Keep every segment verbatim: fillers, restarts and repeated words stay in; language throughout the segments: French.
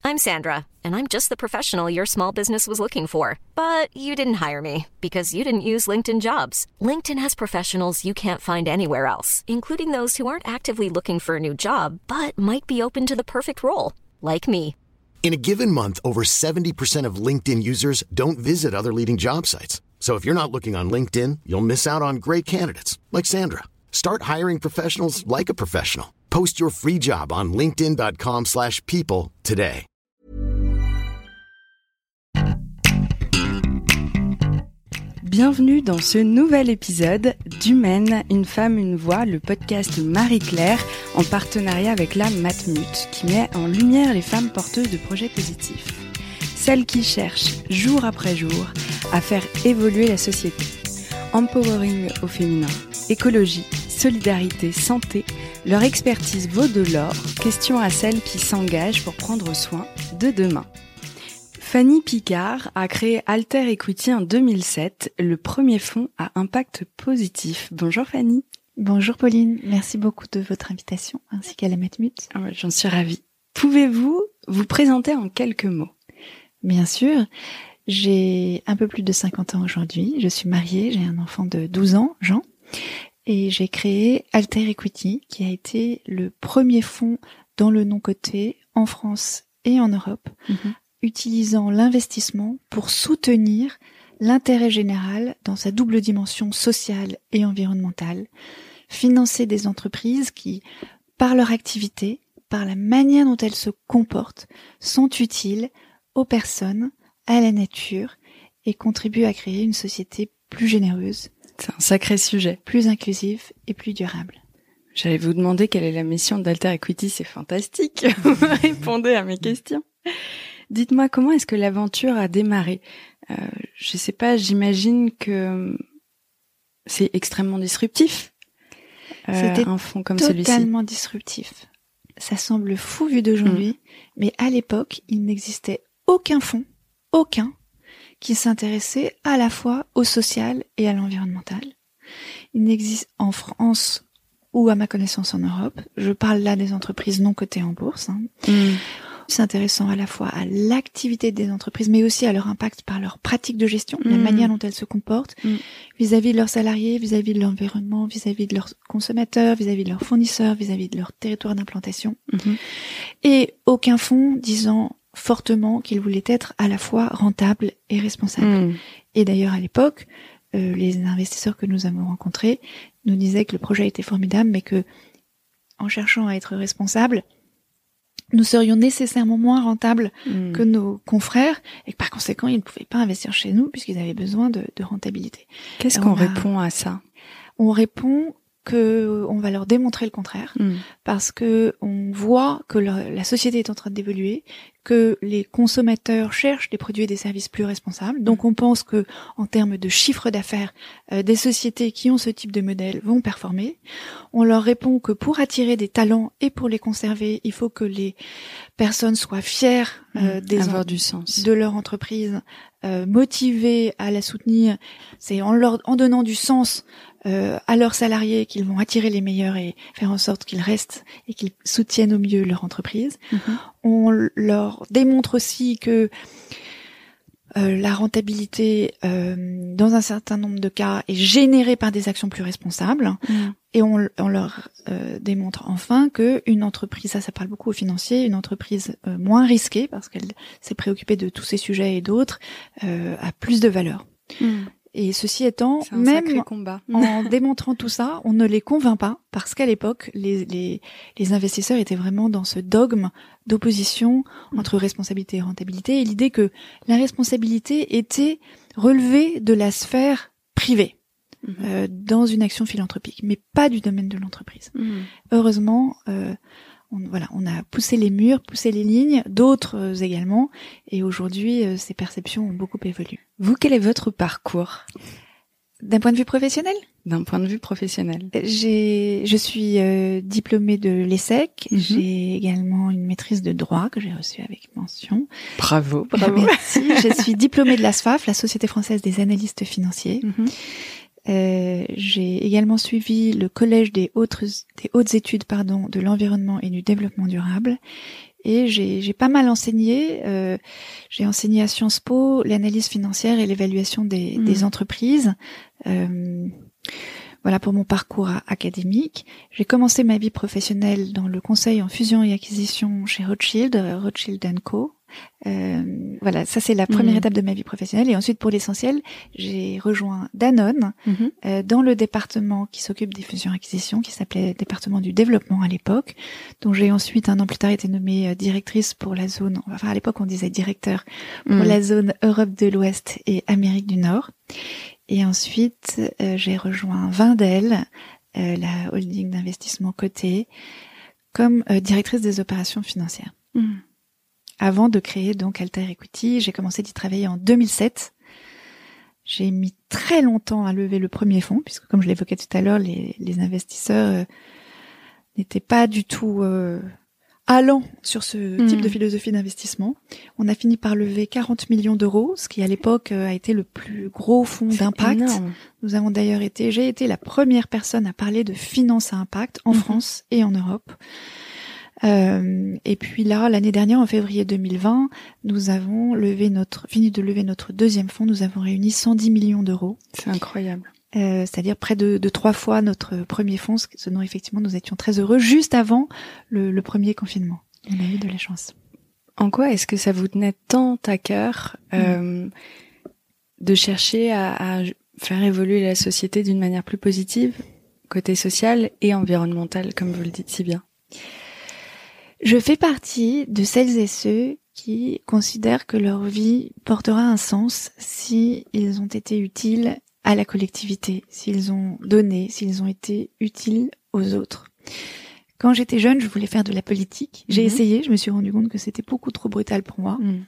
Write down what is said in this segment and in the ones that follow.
I'm Sandra, and I'm just the professional your small business was looking for. But you didn't hire me because you didn't use LinkedIn Jobs. LinkedIn has professionals you can't find anywhere else, including those who aren't actively looking for a new job, but might be open to the perfect role, like me. In a given month, over seventy percent of LinkedIn users don't visit other leading job sites. So if you're not looking on LinkedIn, you'll miss out on great candidates like Sandra. Start hiring professionals like a professional. Post your free job on linkedin.com slash people today. Bienvenue dans ce nouvel épisode d'Humaine, une femme, une voix, le podcast Marie-Claire en partenariat avec la Matmut qui met en lumière les femmes porteuses de projets positifs. Celles qui cherchent, jour après jour, à faire évoluer la société. Empowering au féminin, écologie, solidarité, santé, leur expertise vaut de l'or, question à celles qui s'engagent pour prendre soin de demain. Fanny Picard a créé Alter Equity en deux mille sept, le premier fonds à impact positif. Bonjour Fanny. Bonjour Pauline, merci beaucoup de votre invitation ainsi qu'à la Matmut. Ah ouais, j'en suis ravie. Pouvez-vous vous présenter en quelques mots ? Bien sûr, j'ai un peu plus de cinquante ans aujourd'hui, je suis mariée, j'ai un enfant de douze ans, Jean, et j'ai créé Alter Equity qui a été le premier fonds dans le non-coté en France et en Europe, mmh. utilisant l'investissement pour soutenir l'intérêt général dans sa double dimension sociale et environnementale, financer des entreprises qui, par leur activité, par la manière dont elles se comportent, sont utiles aux personnes, à la nature et contribuent à créer une société plus généreuse. C'est un sacré sujet. Plus inclusive et plus durable. J'allais vous demander quelle est la mission d'Alter Equity, c'est fantastique. Vous répondez à mes questions. Dites-moi, comment est-ce que l'aventure a démarré ? euh, Je sais pas, j'imagine que c'est extrêmement disruptif. Euh, C'était un fonds comme celui-ci. Totalement disruptif. Ça semble fou vu d'aujourd'hui, mmh. mais à l'époque, il n'existait aucun fonds, aucun, qui s'intéressait à la fois au social et à l'environnemental. Il n'existe en France ou à ma connaissance en Europe, je parle là des entreprises non cotées en bourse, hein, mmh. s'intéressant à la fois à l'activité des entreprises, mais aussi à leur impact par leur pratique de gestion, mmh. la manière dont elles se comportent, mmh. vis-à-vis de leurs salariés, vis-à-vis de l'environnement, vis-à-vis de leurs consommateurs, vis-à-vis de leurs fournisseurs, vis-à-vis de leur territoire d'implantation. Mmh. Et aucun fonds disant fortement qu'il voulait être à la fois rentable et responsable. Mmh. Et d'ailleurs, à l'époque, euh, les investisseurs que nous avons rencontrés nous disaient que le projet était formidable, mais que, en cherchant à être responsable, nous serions nécessairement moins rentables mmh. que nos confrères, et que par conséquent, ils ne pouvaient pas investir chez nous puisqu'ils avaient besoin de, de rentabilité. Qu'est-ce et qu'on a, répond à ça ? On répond que on va leur démontrer le contraire, mmh. parce que on voit que le, la société est en train d'évoluer, que les consommateurs cherchent des produits et des services plus responsables. Donc on pense que en termes de chiffre d'affaires, euh, des sociétés qui ont ce type de modèle vont performer. On leur répond que pour attirer des talents et pour les conserver, il faut que les personnes soient fières euh, mmh, des avoir en- du sens. de leur entreprise, euh, motivées à la soutenir. C'est en leur en donnant du sens euh, à leurs salariés qu'ils vont attirer les meilleurs et faire en sorte qu'ils restent et qu'ils soutiennent au mieux leur entreprise. Mmh. On leur démontre aussi que euh, la rentabilité, euh, dans un certain nombre de cas, est générée par des actions plus responsables. Mmh. Et on, on leur euh, démontre enfin que une entreprise, ça, ça parle beaucoup aux financiers, une entreprise euh, moins risquée, parce qu'elle s'est préoccupée de tous ces sujets et d'autres, euh, a plus de valeur. Mmh. Et ceci étant, c'est un même sacré combat. En démontrant tout ça, on ne les convainc pas, parce qu'à l'époque, les, les, les investisseurs étaient vraiment dans ce dogme d'opposition entre responsabilité et rentabilité, et l'idée que la responsabilité était relevée de la sphère privée, mmh. euh, dans une action philanthropique, mais pas du domaine de l'entreprise. Mmh. Heureusement, euh, on, voilà, on a poussé les murs, poussé les lignes, d'autres euh, également, et aujourd'hui, euh, ces perceptions ont beaucoup évolué. Vous, quel est votre parcours ? D'un point de vue professionnel ? D'un point de vue professionnel. J'ai, je suis euh, diplômée de l'E S S E C. Mm-hmm. J'ai également une maîtrise de droit que j'ai reçue avec mention. Bravo, bravo. Merci. Je suis diplômée de l'A S F A F, la Société française des analystes financiers. Mm-hmm. Euh, j'ai également suivi le collège des hautes, des hautes études pardon, de l'environnement et du développement durable. et j'ai, j'ai pas mal enseigné. Euh, j'ai enseigné à Sciences Po l'analyse financière et l'évaluation des, mmh. des entreprises. Euh, voilà pour mon parcours académique. J'ai commencé ma vie professionnelle dans le conseil en fusion et acquisition chez Rothschild, Rothschild and Co. Euh, voilà, ça c'est la première mmh. étape de ma vie professionnelle. Et ensuite, pour l'essentiel, j'ai rejoint Danone mmh. euh, dans le département qui s'occupe des fusions-acquisitions, qui s'appelait département du développement à l'époque, dont j'ai ensuite un an plus tard été nommée directrice pour la zone, enfin à l'époque on disait directeur, pour mmh. la zone Europe de l'Ouest et Amérique du Nord. Et ensuite, euh, j'ai rejoint Wendel, euh, la holding d'investissement cotée, comme euh, directrice des opérations financières. Mmh. Avant de créer donc Alter Equity, j'ai commencé d'y travailler en deux mille sept. J'ai mis très longtemps à lever le premier fonds, puisque comme je l'évoquais tout à l'heure, les, les investisseurs euh, n'étaient pas du tout euh, allants sur ce mmh. type de philosophie d'investissement. On a fini par lever quarante millions d'euros, ce qui à l'époque a été le plus gros fonds C'est d'impact. Énorme. Nous avons d'ailleurs été, j'ai été la première personne à parler de finance à impact en mmh. France et en Europe. Euh, et puis là, l'année dernière, en février deux mille vingt, nous avons levé notre, fini de lever notre deuxième fonds. Nous avons réuni cent dix millions d'euros. C'est incroyable. Euh, c'est-à-dire près de, de trois fois notre premier fonds, ce dont effectivement nous étions très heureux, juste avant le, le premier confinement. On a eu de la chance. En quoi est-ce que ça vous tenait tant à cœur euh, mmh. de chercher à, à faire évoluer la société d'une manière plus positive, côté social et environnemental, comme vous le dites si bien? Je fais partie de celles et ceux qui considèrent que leur vie portera un sens si ils ont été utiles à la collectivité, s'ils ont donné, s'ils ont été utiles aux autres. Quand j'étais jeune, je voulais faire de la politique. J'ai mmh. essayé, je me suis rendu compte que c'était beaucoup trop brutal pour moi. Mmh.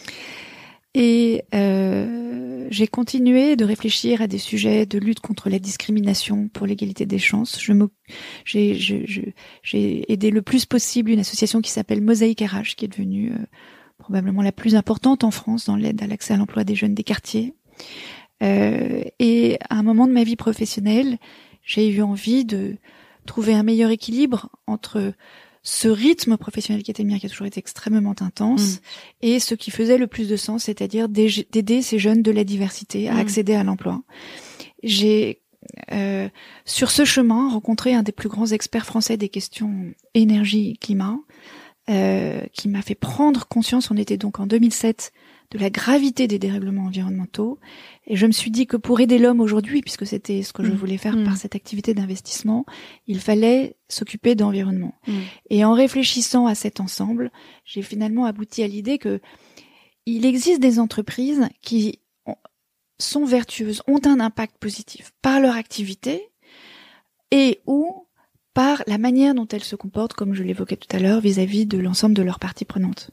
Et euh, j'ai continué de réfléchir à des sujets de lutte contre la discrimination, pour l'égalité des chances. Je me, j'ai, je, je, j'ai aidé le plus possible une association qui s'appelle Mosaïque R H, qui est devenue euh, probablement la plus importante en France dans l'aide à l'accès à l'emploi des jeunes des quartiers. Euh, et à un moment de ma vie professionnelle, j'ai eu envie de trouver un meilleur équilibre entre ce rythme professionnel qui était le mien, qui a toujours été extrêmement intense, mmh. et ce qui faisait le plus de sens, c'est-à-dire d'aider ces jeunes de la diversité à mmh. accéder à l'emploi. J'ai, euh, sur ce chemin, rencontré un des plus grands experts français des questions énergie-climat, euh, qui m'a fait prendre conscience, on était donc en deux mille sept, de la gravité des dérèglements environnementaux. Et je me suis dit que pour aider l'homme aujourd'hui, puisque c'était ce que mmh. je voulais faire mmh. par cette activité d'investissement, il fallait s'occuper d'environnement. Mmh. Et en réfléchissant à cet ensemble, j'ai finalement abouti à l'idée que il existe des entreprises qui sont vertueuses, ont un impact positif par leur activité et ou par la manière dont elles se comportent, comme je l'évoquais tout à l'heure, vis-à-vis de l'ensemble de leurs parties prenantes.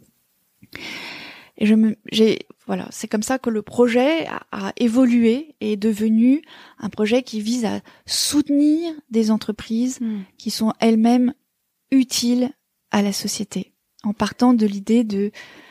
Et je me, j'ai, voilà, c'est comme ça que le projet a, a évolué et est devenu un projet qui vise à soutenir des entreprises mmh. qui sont elles-mêmes utiles à la société, en partant de l'idée de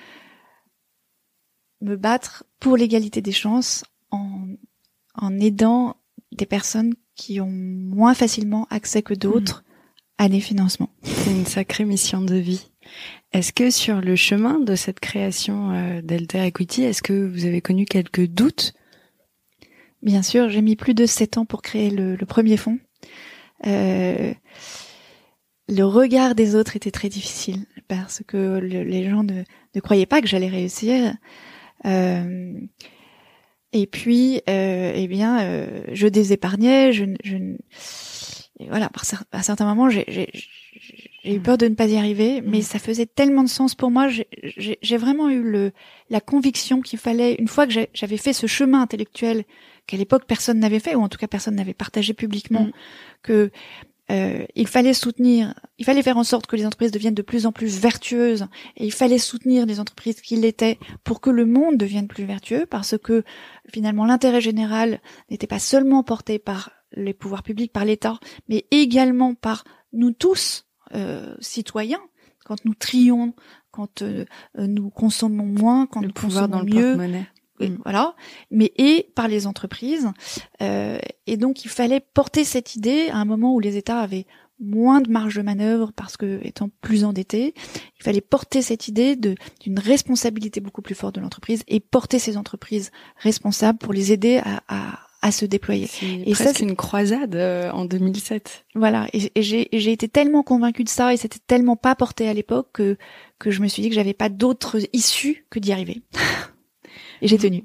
me battre pour l'égalité des chances en, en aidant des personnes qui ont moins facilement accès que d'autres mmh. à des financements. C'est une sacrée mission de vie. Est-ce que sur le chemin de cette création euh, d'Alter Equity, est-ce que vous avez connu quelques doutes? Bien sûr, j'ai mis plus de sept ans pour créer le, le premier fonds. Euh, le regard des autres était très difficile parce que le, les gens ne, ne croyaient pas que j'allais réussir. Euh, et puis, euh, eh bien, euh, je désépargnais. Je, je, et voilà, par, à certains moments, j'ai, j'ai J'ai eu peur de ne pas y arriver, mais mmh. ça faisait tellement de sens pour moi. J'ai, j'ai, j'ai vraiment eu le, la conviction qu'il fallait, une fois que j'ai, j'avais fait ce chemin intellectuel qu'à l'époque personne n'avait fait, ou en tout cas personne n'avait partagé publiquement, mmh. que euh, il fallait soutenir, il fallait faire en sorte que les entreprises deviennent de plus en plus vertueuses, et il fallait soutenir les entreprises qui l'étaient pour que le monde devienne plus vertueux, parce que finalement l'intérêt général n'était pas seulement porté par les pouvoirs publics, par l'État, mais également par nous tous, Euh, citoyens, quand nous trions, quand euh, nous consommons moins, quand le nous pouvoir consommons dans le mieux, porte-monnaie. et, mmh. voilà, mais et par les entreprises. Euh, et donc il fallait porter cette idée à un moment où les États avaient moins de marge de manœuvre parce que, étant plus endetté, il fallait porter cette idée de d'une responsabilité beaucoup plus forte de l'entreprise et porter ces entreprises responsables pour les aider à, à, à se déployer. C'est et presque ça, c'est une croisade euh, en deux mille sept. Voilà. Et, et j'ai, j'ai été tellement convaincue de ça et c'était tellement pas porté à l'époque que que je me suis dit que j'avais pas d'autre issue que d'y arriver. Et j'ai tenu.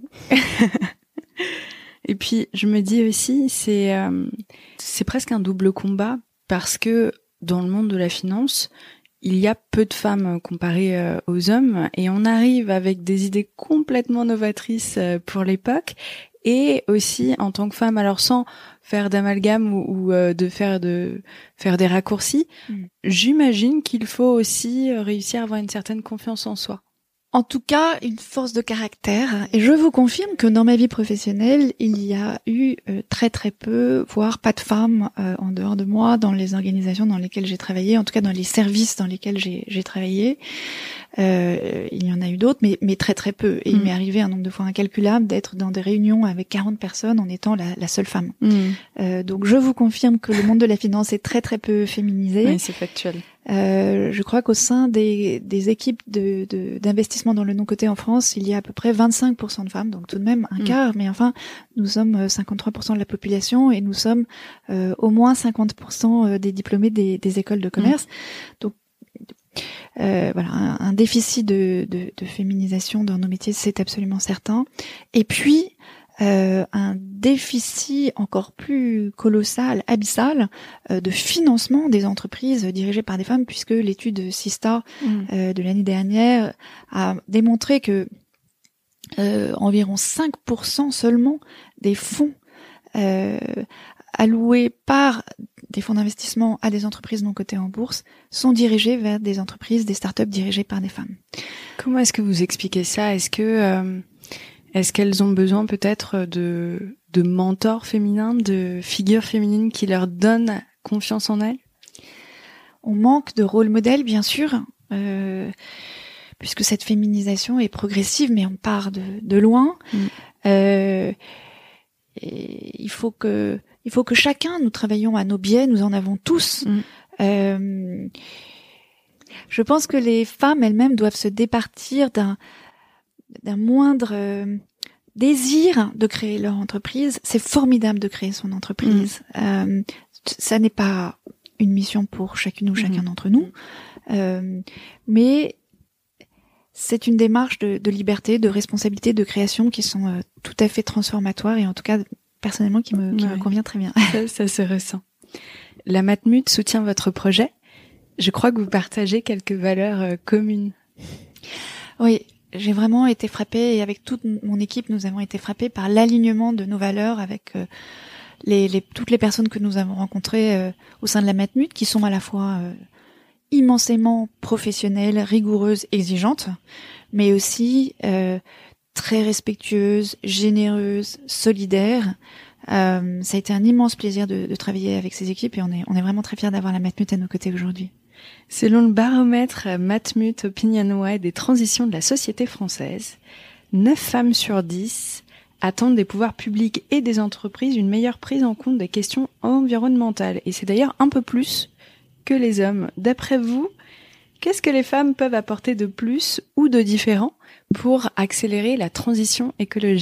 Et puis je me dis aussi, c'est euh, c'est presque un double combat parce que dans le monde de la finance, il y a peu de femmes comparées euh, aux hommes et on arrive avec des idées complètement novatrices euh, pour l'époque et aussi en tant que femme, alors sans faire d'amalgame ou, ou euh, de faire de faire des raccourcis, mmh. j'imagine qu'il faut aussi réussir à avoir une certaine confiance en soi. En tout cas, une force de caractère. Et je vous confirme que dans ma vie professionnelle, il y a eu euh, très très peu, voire pas de femmes euh, en dehors de moi dans les organisations dans lesquelles j'ai travaillé, en tout cas dans les services dans lesquels j'ai, j'ai travaillé. Euh, il y en a eu d'autres, mais, mais très très peu. Et mmh. il m'est arrivé un nombre de fois incalculable d'être dans des réunions avec quarante personnes en étant la, la seule femme. Mmh. Euh, donc je vous confirme que le monde de la finance est très très peu féminisé. Oui, c'est factuel. Euh, je crois qu'au sein des, des équipes de, de, d'investissement dans le non-coté en France, il y a à peu près vingt-cinq pour cent de femmes, donc tout de même un mmh. quart, mais enfin, nous sommes cinquante-trois pour cent de la population et nous sommes euh, au moins cinquante pour cent des diplômés des, des écoles de commerce. Mmh. Donc, euh, voilà, un, un déficit de, de, de féminisation dans nos métiers, c'est absolument certain. Et puis, Euh, un déficit encore plus colossal, abyssal, euh, de financement des entreprises dirigées par des femmes, puisque l'étude Sista mmh. euh, de l'année dernière a démontré que euh, environ cinq pour cent seulement des fonds euh, alloués par des fonds d'investissement à des entreprises non cotées en bourse sont dirigés vers des entreprises, des startups dirigées par des femmes. Comment est-ce que vous expliquez ça ? Est-ce que euh... Est-ce qu'elles ont besoin peut-être de, de mentors féminins, de figures féminines qui leur donnent confiance en elles ? On manque de rôle modèle, bien sûr, euh, puisque cette féminisation est progressive, mais on part de, de loin. Mmh. Euh, et il faut que, il faut que chacun, nous travaillons à nos biais, nous en avons tous. Mmh. Euh, je pense que les femmes elles-mêmes doivent se départir d'un d'un moindre euh, désir de créer leur entreprise. C'est formidable de créer son entreprise. Mmh. Euh, ça n'est pas une mission pour chacune ou mmh. chacun d'entre nous, euh, mais c'est une démarche de, de liberté, de responsabilité, de création qui sont euh, tout à fait transformatoires et en tout cas, personnellement, qui me, qui ouais. me convient très bien. Ça, ça se ressent. La Matmut soutient votre projet. Je crois que vous partagez quelques valeurs euh, communes. Oui. J'ai vraiment été frappée, et avec toute mon équipe, nous avons été frappés par l'alignement de nos valeurs avec euh, les, les, toutes les personnes que nous avons rencontrées euh, au sein de la Matmut, qui sont à la fois euh, immensément professionnelles, rigoureuses, exigeantes, mais aussi euh, très respectueuses, généreuses, solidaires. Euh, ça a été un immense plaisir de, de travailler avec ces équipes et on est, on est vraiment très fiers d'avoir la Matmut à nos côtés aujourd'hui. Selon le baromètre Matmut OpinionWay des transitions de la société française, neuf femmes sur dix attendent des pouvoirs publics et des entreprises une meilleure prise en compte des questions environnementales. Et c'est d'ailleurs un peu plus que les hommes. D'après vous, qu'est-ce que les femmes peuvent apporter de plus ou de différent pour accélérer la transition écologique ?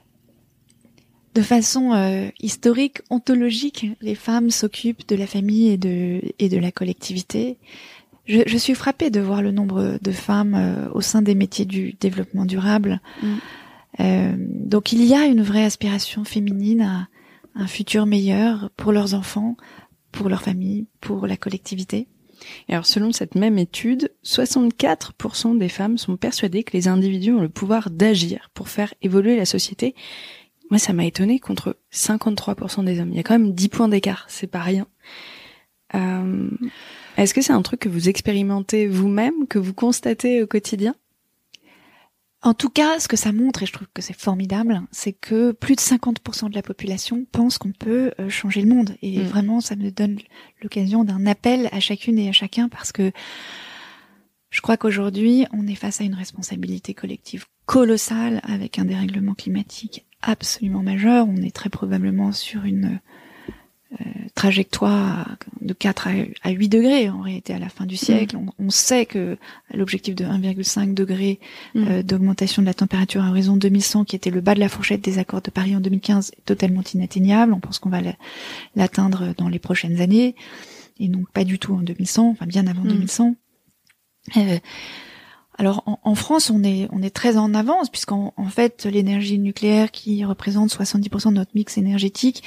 De façon euh, historique, ontologique, les femmes s'occupent de la famille et de et de la collectivité. Je, je suis frappée de voir le nombre de femmes euh, au sein des métiers du développement durable. Mm. Euh, donc il y a une vraie aspiration féminine à un futur meilleur pour leurs enfants, pour leur famille, pour la collectivité. Et alors selon cette même étude, soixante-quatre pour cent des femmes sont persuadées que les individus ont le pouvoir d'agir pour faire évoluer la société. Moi, ça m'a étonnée contre cinquante-trois pour cent des hommes. Il y a quand même dix points d'écart, c'est pas rien. Euh, est-ce que c'est un truc que vous expérimentez vous-même, que vous constatez au quotidien ? En tout cas, ce que ça montre, et je trouve que c'est formidable, c'est que plus de cinquante pour cent de la population pense qu'on peut changer le monde. Et mmh. vraiment, ça me donne l'occasion d'un appel à chacune et à chacun, parce que je crois qu'aujourd'hui, on est face à une responsabilité collective colossale avec un dérèglement climatique absolument majeur. On est très probablement sur une euh, trajectoire de quatre à huit degrés en réalité à la fin du siècle. Mmh. On, on sait que l'objectif de un virgule cinq degré euh, mmh. d'augmentation de la température à horizon deux mille cent, qui était le bas de la fourchette des accords de Paris en deux mille quinze, est totalement inatteignable. On pense qu'on va l'atteindre dans les prochaines années, et donc pas du tout en deux mille cent, enfin bien avant mmh. deux mille cent. Euh, Alors en, en France, on est on est très en avance, puisqu'en en fait l'énergie nucléaire, qui représente soixante-dix pour cent de notre mix énergétique,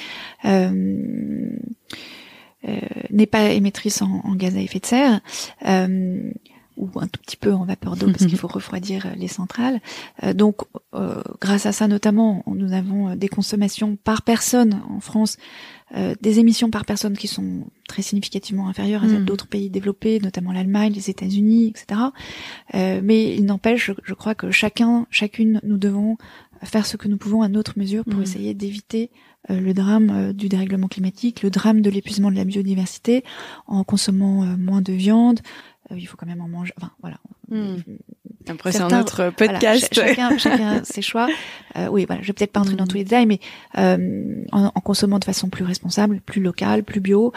euh, euh, n'est pas émettrice en, en gaz à effet de serre, euh, ou un tout petit peu en vapeur d'eau, parce qu'il faut refroidir les centrales. Euh, donc euh, grâce à ça notamment, nous avons des consommations par personne en France, euh, des émissions par personne qui sont très significativement inférieures à celles mmh. d'autres pays développés, notamment l'Allemagne, les États-Unis, et cetera. Euh, mais il n'empêche, je, je crois que chacun, chacune, nous devons faire ce que nous pouvons à notre mesure pour mmh. essayer d'éviter euh, le drame euh, du dérèglement climatique, le drame de l'épuisement de la biodiversité, en consommant euh, moins de viande. Euh, il faut quand même en manger. Enfin, voilà. Mmh. Après, c'est un autre podcast. Voilà, ch- chacun, chacun ses choix. Euh, oui, voilà. Je vais peut-être pas entrer mmh. dans tous les détails, mais euh, en, en consommant de façon plus responsable, plus locale, plus bio.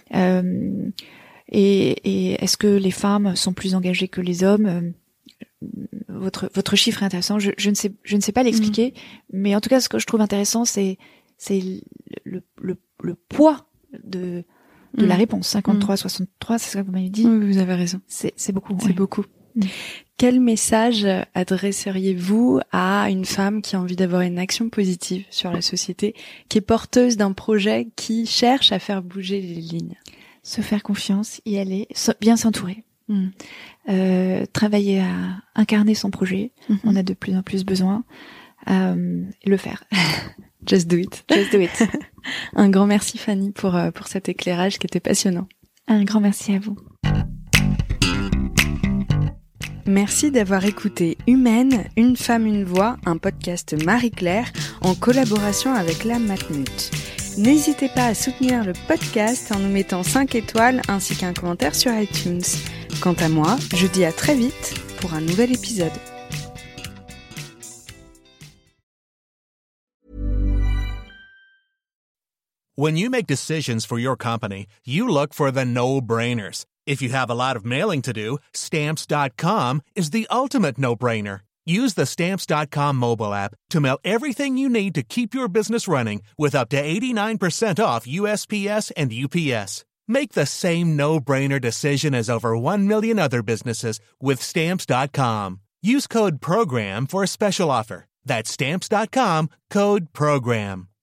Euh, et, et est-ce que les femmes sont plus engagées que les hommes? euh, Votre votre chiffre est intéressant. Je, je ne sais je ne sais pas l'expliquer, mmh. mais en tout cas, ce que je trouve intéressant, c'est c'est le le le poids de de mmh. la réponse. cinquante-trois à soixante-trois, c'est ça que vous m'avez dit. Oui, vous avez raison. C'est c'est beaucoup. C'est ouais. beaucoup. Mmh. Quel message adresseriez-vous à une femme qui a envie d'avoir une action positive sur la société, qui est porteuse d'un projet qui cherche à faire bouger les lignes? Se faire confiance, y aller, bien s'entourer. Mmh. Euh, travailler à incarner son projet. Mmh. On a de plus en plus besoin. Euh, le faire. Just do it. Just do it. Un grand merci Fanny pour, pour cet éclairage qui était passionnant. Un grand merci à vous. Merci d'avoir écouté Humaine, une femme, une voix, un podcast Marie-Claire en collaboration avec la Matmut. N'hésitez pas à soutenir le podcast en nous mettant cinq étoiles ainsi qu'un commentaire sur iTunes. Quant à moi, je dis à très vite pour un nouvel épisode. When you make decisions for your company, you look for the no-brainers. If you have a lot of mailing to do, Stamps dot com is the ultimate no-brainer. Use the Stamps dot com mobile app to mail everything you need to keep your business running with up to eighty-nine percent off U S P S and U P S. Make the same no-brainer decision as over one million other businesses with Stamps dot com. Use code PROGRAM for a special offer. That's Stamps dot com, code PROGRAM.